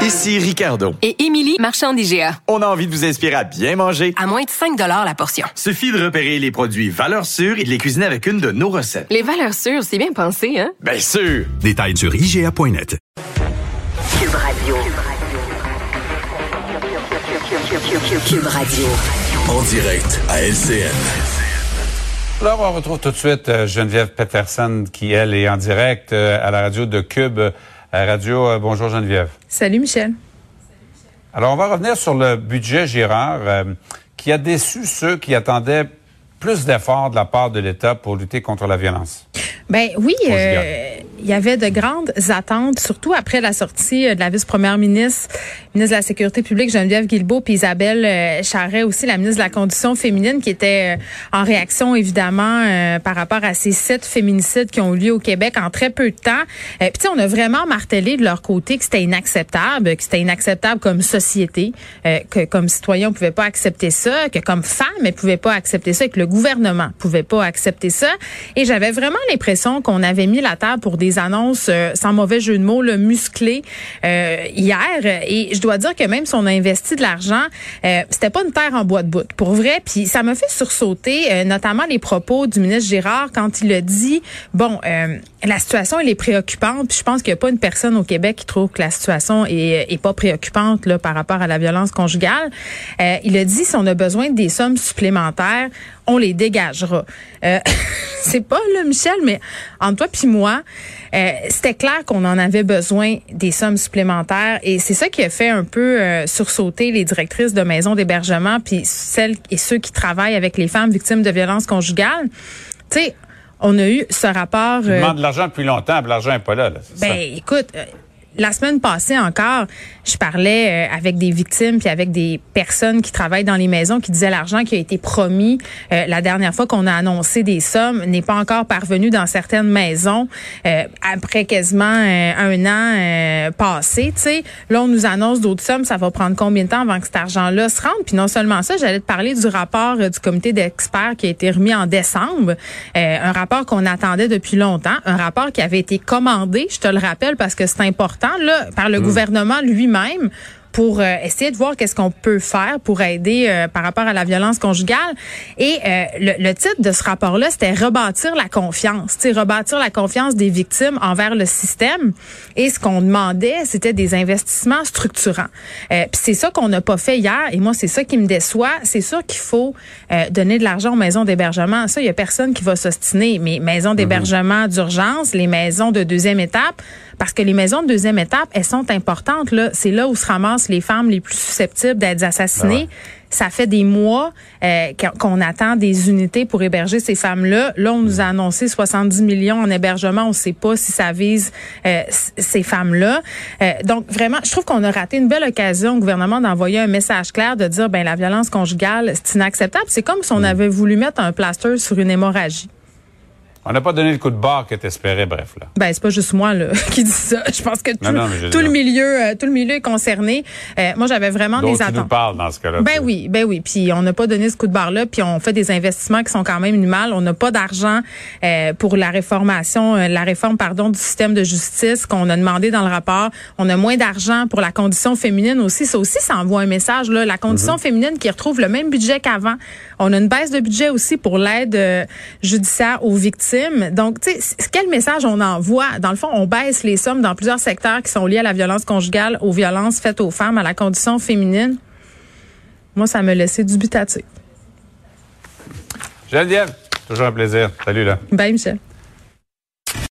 Ici Ricardo. Et Émilie, marchand d'IGA. On a envie de vous inspirer à bien manger. À moins de 5 $ la portion. Suffit de repérer les produits valeurs sûres et de les cuisiner avec une de nos recettes. Les valeurs sûres, c'est bien pensé, hein? Bien sûr! Détails sur IGA.net. Cube Radio. Cube Radio. En direct à LCN. Alors, on retrouve tout de suite Geneviève Peterson qui, elle, est en direct à la radio de Cube Radio. Bonjour Geneviève. Salut Michel. Alors, on va revenir sur le budget Girard qui a déçu ceux qui attendaient plus d'efforts de la part de l'État pour lutter contre la violence. Ben oui, il y avait de grandes attentes, surtout après la sortie de la vice-première ministre de la Sécurité publique, Geneviève Guilbeault, puis Isabelle Charret aussi, la ministre de la Condition féminine, qui était en réaction, évidemment, par rapport à ces 7 féminicides qui ont eu lieu au Québec en très peu de temps. Puis tu sais, on a vraiment martelé de leur côté que c'était inacceptable comme société, que comme citoyen, on pouvait pas accepter ça, que comme femme, elle pouvait pas accepter ça, et que le gouvernement pouvait pas accepter ça. Et j'avais vraiment l'impression qu'on avait mis la table pour des annonces, sans mauvais jeu de mots, là, musclées hier. Et je dois dire que même si on a investi de l'argent, c'était pas une terre en bois de bout, pour vrai. Puis ça m'a fait sursauter, notamment les propos du ministre Girard quand il a dit, la situation, elle est préoccupante. Puis je pense qu'il n'y a pas une personne au Québec qui trouve que la situation est pas préoccupante là, par rapport à la violence conjugale. Il a dit, si on a besoin des sommes supplémentaires, on les dégagera. C'est pas là, Michel, mais entre toi puis moi, c'était clair qu'on en avait besoin des sommes supplémentaires et c'est ça qui a fait un peu sursauter les directrices de maisons d'hébergement puis celles et ceux qui travaillent avec les femmes victimes de violences conjugales. Tu sais, on a eu ce rapport. Tu demandes de l'argent depuis longtemps, puis l'argent n'est pas là. Écoute. La semaine passée encore, je parlais avec des victimes puis avec des personnes qui travaillent dans les maisons qui disaient l'argent qui a été promis la dernière fois qu'on a annoncé des sommes n'est pas encore parvenu dans certaines maisons après quasiment un an passé. Tu sais, là on nous annonce d'autres sommes, ça va prendre combien de temps avant que cet argent-là se rende? Puis non seulement ça, j'allais te parler du rapport du comité d'experts qui a été remis en décembre, un rapport qu'on attendait depuis longtemps, un rapport qui avait été commandé, je te le rappelle parce que c'est important. Là, par le gouvernement lui-même pour essayer de voir qu'est-ce qu'on peut faire pour aider par rapport à la violence conjugale. Et le titre de ce rapport-là, c'était rebâtir la confiance. Tu sais, rebâtir la confiance des victimes envers le système. Et ce qu'on demandait, c'était des investissements structurants. Puis c'est ça qu'on n'a pas fait hier. Et moi, c'est ça qui me déçoit. C'est sûr qu'il faut donner de l'argent aux maisons d'hébergement. Ça, il y a personne qui va s'ostiner. Mais maisons d'hébergement d'urgence, les maisons de deuxième étape, parce que les maisons de deuxième étape, elles sont importantes. Là, c'est là où se ramassent les femmes les plus susceptibles d'être assassinées. Ça fait des mois qu'on attend des unités pour héberger ces femmes-là. Là, on nous a annoncé 70 millions en hébergement. On ne sait pas si ça vise ces femmes-là. Donc, vraiment, je trouve qu'on a raté une belle occasion au gouvernement d'envoyer un message clair, de dire, la violence conjugale, c'est inacceptable. C'est comme si on avait voulu mettre un plaster sur une hémorragie. On n'a pas donné le coup de barre que tu espérais, bref. Là. C'est pas juste moi là qui dis ça. Je pense que tout le milieu est concerné. Moi, j'avais vraiment des attentes. Tu nous parles dans ce cas-là. Oui. Puis on n'a pas donné ce coup de barre-là. Puis on fait des investissements qui sont quand même minimales. On n'a pas d'argent pour la réforme du système de justice qu'on a demandé dans le rapport. On a moins d'argent pour la condition féminine aussi. Ça aussi, ça envoie un message là. La condition féminine qui retrouve le même budget qu'avant. On a une baisse de budget aussi pour l'aide judiciaire aux victimes. Donc, tu sais, quel message on envoie? Dans le fond, on baisse les sommes dans plusieurs secteurs qui sont liés à la violence conjugale, aux violences faites aux femmes, à la condition féminine. Moi, ça me laissait dubitatif. Geneviève, toujours un plaisir. Salut, là. Bye, Michel.